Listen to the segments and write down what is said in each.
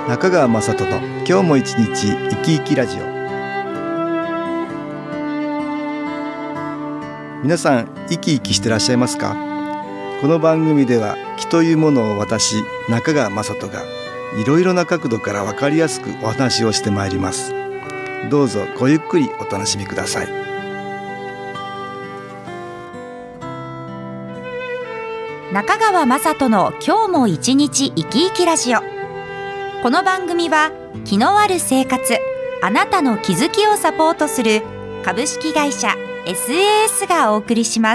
中川雅人の今日も一日生き生きラジオ。皆さん生き生きしてらっしゃいますか？この番組では気というものを私中川雅人がいろいろな角度から分かりやすくお話をしてまいります。どうぞごゆっくりお楽しみください。 中川雅人の今日も一日生き生きラジオ。この番組は気のある生活、あなたの気づきをサポートする株式会社 SAS がお送りします。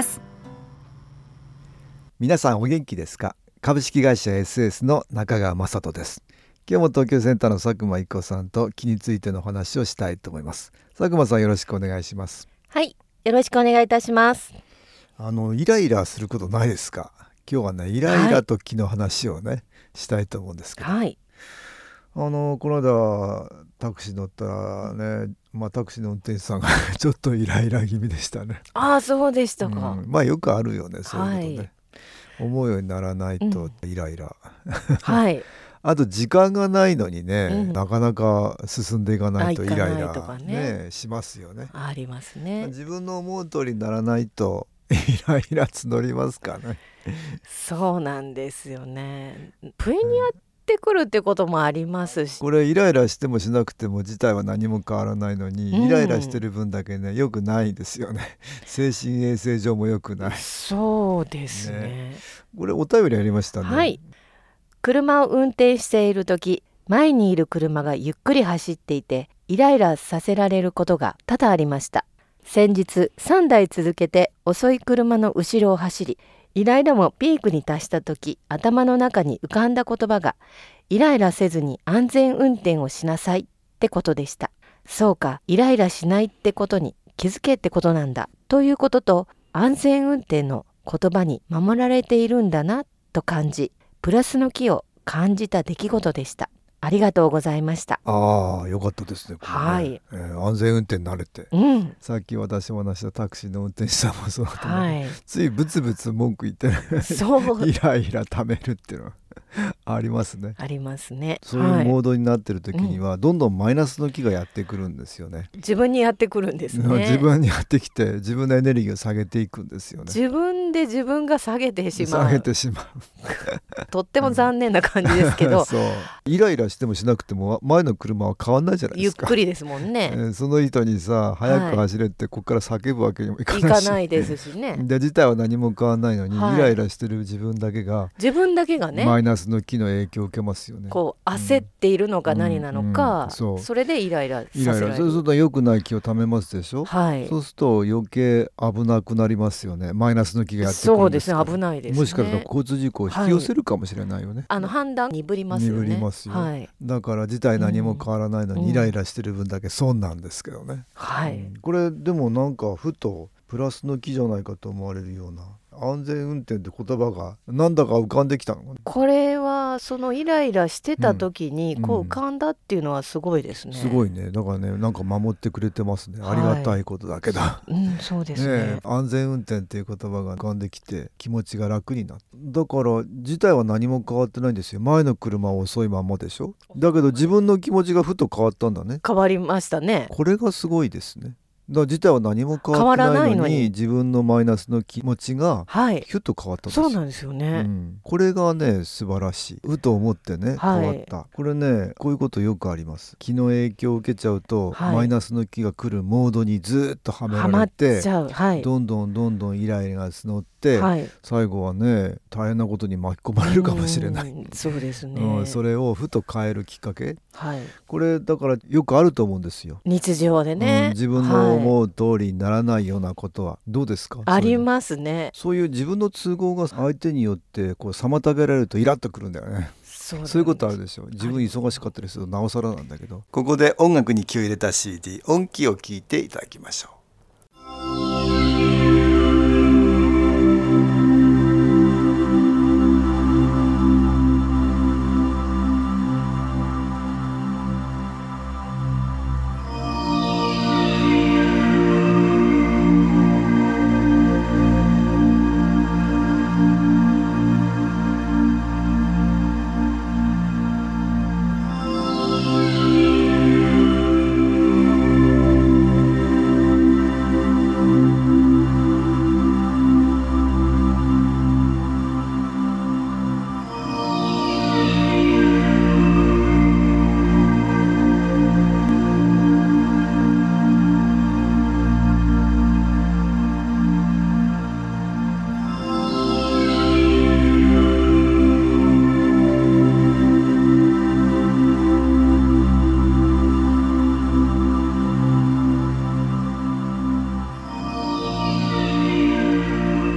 皆さんお元気ですか？株式会社 SAS の中川雅人です。今日も東京センターの佐久間一子さんと気についての話をしたいと思います。佐久間さん、よろしくお願いします。 はい、よろしくお願いいたします。 イライラすることないですか？今日はね、イライラと気の話をね、したいと思うんですけど、 はい、 この間タクシー乗ったらね、タクシーの運転手さんがちょっとイライラ気味でしたね。 ああ、そうでしたか。 よくあるよね、そういうことね、はい、思うようにならないとイライラ、 はいあと時間がないのにね、なかなか進んでいかないとイライラ、しますよね。 ありますね。 自分の思う通りにならないとイライラ募りますかね。 そうなんですよね。不意にやってくるってこともありますし、 これイライラしてもしなくても自体は何も変わらないのに、イライラしてる分だけね、良くないですよね。精神衛生上も良くない。 そうですね。 これお便りありましたね。 はい。車を運転しているとき、前にいる車がゆっくり走っていてイライラさせられることが多々ありました。先日3台続けて遅い車の後ろを走り、イライラもピークに達したとき、頭の中に浮かんだ言葉が、イライラせずに安全運転をしなさいってことでした。そうか、イライラしないってことに気づけってことなんだということと、安全運転の言葉に守られているんだなと感じ、プラスの気を感じた出来事でした。ありがとうございました。 ああ、よかったですね。 はい、 安全運転に慣れて、さっき私も話したタクシーの運転手さんもそうだと思う、ついブツブツ文句言ってイライラためるっていうのはありますね。 ありますね。 そういうモードになってる時には、どんどんマイナスの気がやってくるんですよね。 自分にやってくるんですね。 自分にやってきて、自分のエネルギーを下げていくんですよね。 自分で自分が下げてしまう。とっても残念な感じですけど、 そう、イライラしてもしなくても前の車は変わんないじゃないですか。 ゆっくりですもんね。 その人にさ、早く走れってここから叫ぶわけにもいかないし、 いかないですしね。 で自体は何も変わんないのに、イライラしてる自分だけがね、 マイナスの気の影響を受けますよね。 こう焦っているのか何なのか、それでイライラさせられる。 そうすると良くない気をためますでしょ、そうすると余計危なくなりますよね。マイナスの気がやってくるんですから。 そうですね、危ないですね。 もしかしたら交通事故を引き寄せるかもしれないよね。 判断鈍りますよね。 鈍りますよ、だから自体何も変わらないのに、イライラしてる分だけ損なんですけどね。これでもなんかふとプラスの気じゃないかと思われるような安全運転って言葉がなんだか浮かんできたの。 これはそのイライラしてた時にこう浮かんだっていうのはすごいですね。 すごいね。だからね、なんか守ってくれてますね。ありがたいことだけど、 そうですね。 安全運転っていう言葉が浮かんできて気持ちが楽になった。だから自体は何も変わってないんですよ。前の車は遅いままでしょ。だけど自分の気持ちがふと変わったんだね。 変わりましたね。 これがすごいですね。だから自体は何も変わってないのに自分のマイナスの気持ちがヒュッと変わったんですよ。 そうなんですよね、 これがね素晴らしい。ふと思ってね、変わった。これね、こういうことよくあります。気の影響を受けちゃうと、マイナスの気が来るモードにずっとはめられて、どんどんイライラが募って、最後はね大変なことに巻き込まれるかもしれない。 そうですね、 それをふと変えるきっかけ、これだからよくあると思うんですよ。 日常でね、 自分の思う通りにならないようなことはどうですか？ ありますね。 そういう自分の都合が相手によってこう妨げられるとイラッとくるんだよね。そういうことあるでしょ。自分忙しかったりするとなおさらなんだけど、ここで音楽に気を入れた CD 音気を聞いていただきましょう。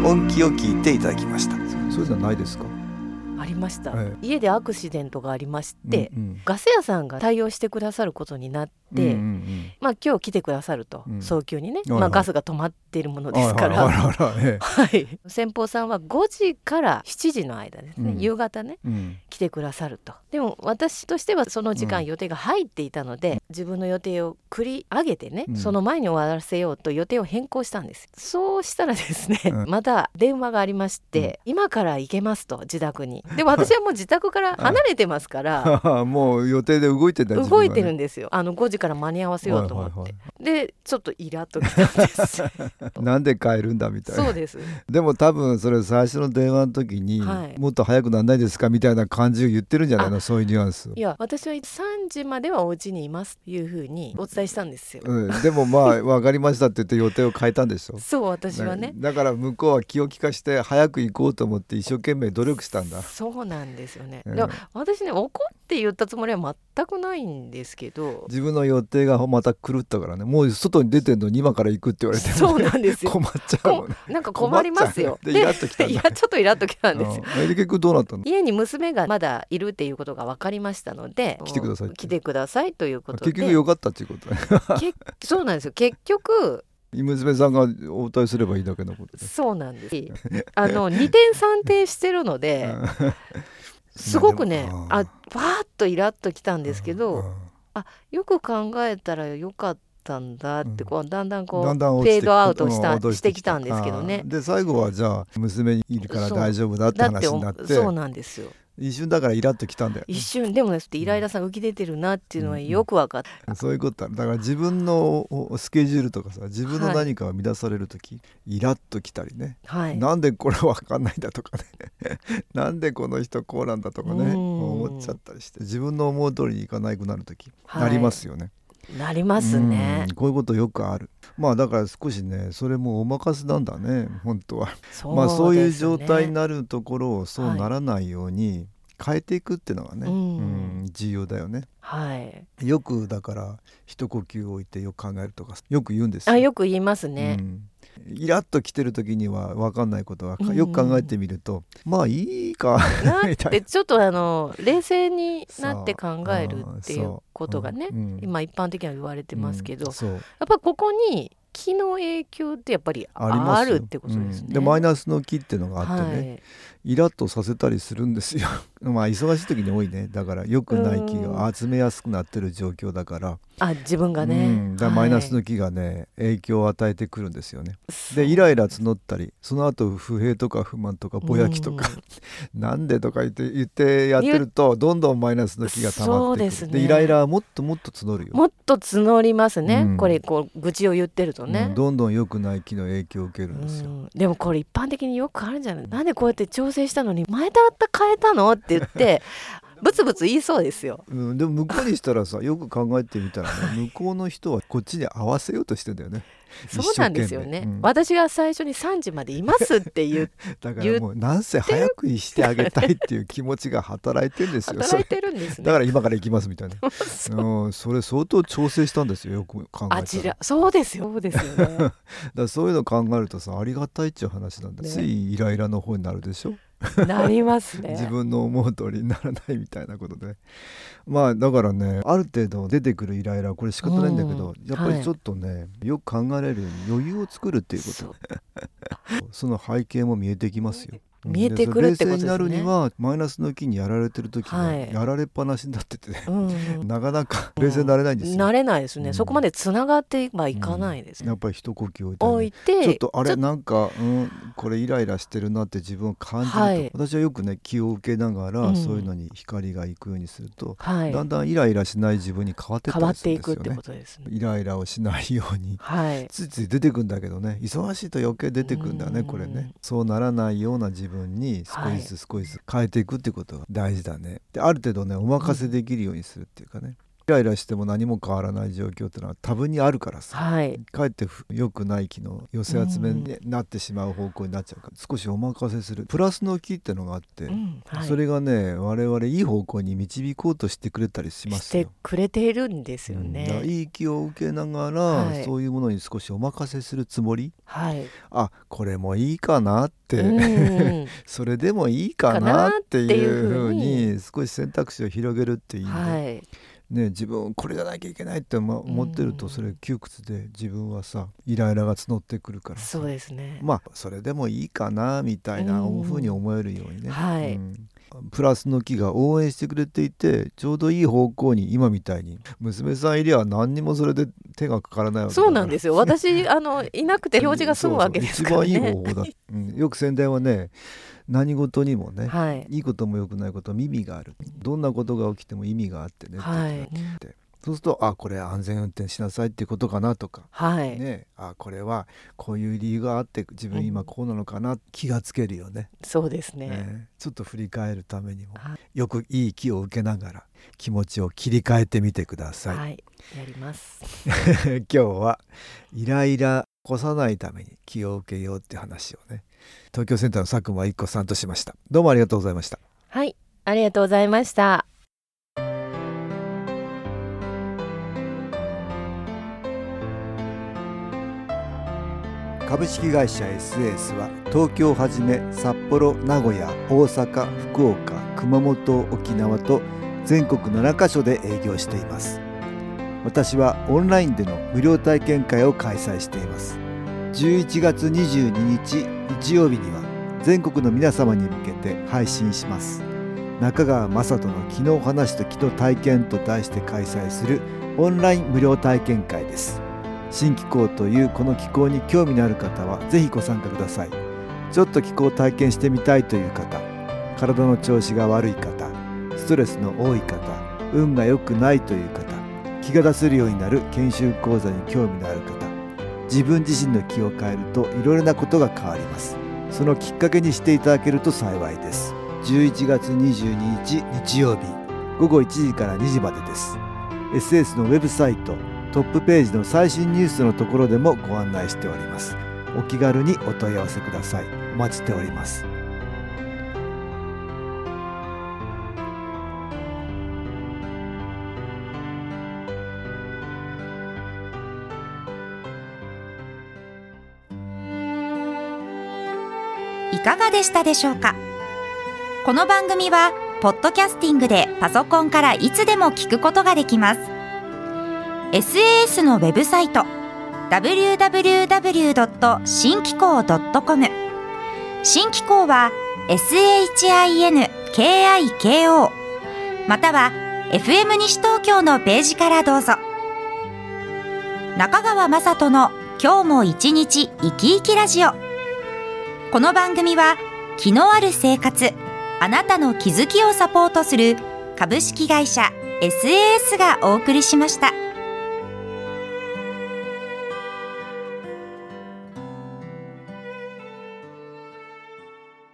音気を聞いていただきました。そういうのはないですか？ ありました、 はい、 家でアクシデントがありまして、ガス屋さんが対応してくださることになって、今日来てくださると、早急にね、ガスが止まっているものですから、先方さんは5時から7時の間ですね、夕方ね、来てくださると。でも私としてはその時間予定が入っていたので、自分の予定を繰り上げてね、その前に終わらせようと予定を変更したんです。そうしたらですね、また電話がありまして、今から行けますと、自宅に。でも私はもう自宅から離れてますからもう予定で動いてた、 動いてるんですよ。5時から間に合わせようと思って、でちょっとイラッときたんですなんで帰るんだみたいな。 そうです。 でも多分それ最初の電話の時に、もっと早くなんないですかみたいな感じを言ってるんじゃないの、そういうニュアンス。 いや、私は3時まではお家にいますというふうにお伝えしたんですよ、 でも分かりましたって言って予定を変えたんでしょ。 そう、私はね。 だから向こうは気を利かして早く行こうと思って一生懸命努力したんだ。 そうなんですよね、私ね、怒って言ったつもりは全くないんですけど、 自分の予定がまた狂ったからね、もう外に出てんのに今から行くって言われて、 そうなんですよ。 困っちゃうもんね。 なんか困りますよ。 でイラッときたんだ。 いや、ちょっとイラッときたんですよ。 で結局どうなったの？ 家に娘がまだいるっていうことが分かりましたので、 来てください来てくださいということで。 結局良かったっていうことね。 そうなんですよ。結局娘さんが応対すればいいだけのことで。 そうなんです。2点3点してるのですごくね、バーッとイラッときたんですけど、よく考えたらよかったんだって、だんだんフェードアウトしてきたんですけどね。 で最後はじゃあ娘いるから大丈夫だって話になって、 そうなんですよ。 一瞬だからイラッときたんだよ、ね、 一瞬でもね、イライラさが浮き出てるなっていうのはよく分かった、 そういうことだから自分のスケジュールとかさ、自分の何かを乱されるとき、イラッときたりね、なんでこれ分かんないんだとかねなんでこの人こうなんだとかね思っちゃったりして、自分の思う通りにいかなくなるとき、なりますよね。 なりますね。 こういうことよくある。だから少しね、それもお任せなんだね本当は。そういう状態になるところをそうならないように変えていくっていうのがね、重要だよね。よくだから一呼吸置いてよく考えるとかよく言うんですよ。 よく言いますね。 イラッと来てる時には分かんないことはよく考えてみると、まあいいかなってちょっと冷静になって考えるっていうことがね、今一般的には言われてますけど、やっぱここに気の影響ってやっぱりあるってことですね。 でマイナスの気っていうのがあってね、イラッとさせたりするんですよ忙しい時に多いね。だから良くない気が集めやすくなってる状況だから、 自分がね、 だからマイナスの気がね、影響を与えてくるんですよね。でイライラ募ったり、その後不平とか不満とかぼやきとかなんでとか言ってやってると、どんどんマイナスの気が溜まってくる。でイライラはもっともっと募るよ。 もっと募りますね、これ愚痴を言ってるとね、 どんどん良くない気の影響を受けるんですよ。 でもこれ一般的によくあるんじゃない？なんでこうやって調整したのに前だった変えたのって言ってブツブツ言いそうですよ。 でも向こうにしたらさ、よく考えてみたらね、向こうの人はこっちに合わせようとしてんだよね。 そうなんですよね、私が最初に3時までいますって言うだからもうなんせ早くにしてあげたいっていう気持ちが働いてるんですよ。 働いてるんですね。 だから今から行きますみたいなそれ相当調整したんですよ、よく考えたら。 そうですよねだからそういうの考えるとさ、ありがたいっていう話なんだ、ついイライラの方になるでしょ。 なりますね。 自分の思う通りにならないみたいなことで、だからね、ある程度出てくるイライラはこれ仕方ないんだけど、やっぱりちょっとね、よく考えられるように余裕を作るっていうことその背景も見えてきますよ。 見えてくるってことですね。 冷静になるにはマイナスの気にやられてる時はやられっぱなしになってて、なかなか冷静になれないんですよ。 なれないですね、そこまでつながってはいかないですね。 やっぱり一呼吸置いて、ちょっとあれなんか、これイライラしてるなって自分を感じると、私はよくね、気を受けながら、そういうのに光がいくようにすると、だんだんイライラしない自分に変わっていったりするんですよね。 変わっていくってことですね。 イライラをしないように、ついつい出てくんだけどね、忙しいと余計出てくんだね、これね。そうならないような自分に少しずつ変えていくってことが大事だね。である程度ね、お任せできるようにするっていうかね、 イライラしても何も変わらない状況ってのは多分にあるからさ、 はい、 かえって良くない気の寄せ集めになってしまう方向になっちゃうから、少しお任せするプラスの気ってのがあって、はい、それがね我々いい方向に導こうとしてくれたりしますよ。 してくれているんですよね。 いい気を受けながら、はい、そういうものに少しお任せするつもり、はい、あ、これもいいかなって、それでもいいかなっていうふうに少し選択肢を広げるっていう意味で、はいね、自分これじゃなきゃいけないって思ってるとそれ窮屈で自分はさイライラが募ってくるから、 そうですね、 まあそれでもいいかなみたいなふうに思えるようにね、はい、プラスの気が応援してくれていてちょうどいい方向に今みたいに娘さんいりゃ何にもそれで手がかからないわけだから。そうなんですよ。私いなくて表示が済むわけですからね。そうそう一番いい方法だ、よく宣伝はね何事にもね、はい、いいことも良くないことも意味がある、どんなことが起きても意味があってねって言って、そうするとこれ安全運転しなさいっていうことかなとか、はいね、これはこういう理由があって自分今こうなのかな、気がつけるよね。そうですね、ちょっと振り返るためにも、よくいい気を受けながら気持ちを切り替えてみてください。はい、やります今日はイライラ起こさないために気を受けようって話をね、東京センターの佐久間一子さんとしました。どうもありがとうございました。 はい、ありがとうございました。 株式会社 SS は東京をはじめ札幌、名古屋、大阪、福岡、熊本、沖縄と全国7カ所で営業しています。私はオンラインでの無料体験会を開催しています。11月22日日曜日には全国の皆様に向けて配信します。中川雅人の気の話と気の体験と題して開催するオンライン無料体験会です。新気候というこの気候に興味のある方はぜひご参加ください。ちょっと気候を体験してみたいという方、体の調子が悪い方、ストレスの多い方、運が良くないという方、気が出せるようになる研修講座に興味のある方、自分自身の気を変えるといろいろなことが変わります。そのきっかけにしていただけると幸いです。11月22日日曜日午後1時から2時までです。 SS のウェブサイトトップページの最新ニュースのところでもご案内しております。お気軽にお問い合わせください。お待ちしております。 いかがでしたでしょうか。この番組はポッドキャスティングでパソコンからいつでも聞くことができます。 SAS のウェブサイト www.新気候 .com、 新気候は SHINKIKO または FM 西東京のページからどうぞ。中川雅人の今日も一日生き生きラジオ。この番組は気のある生活、あなたの気づきをサポートする株式会社 SAS がお送りしました。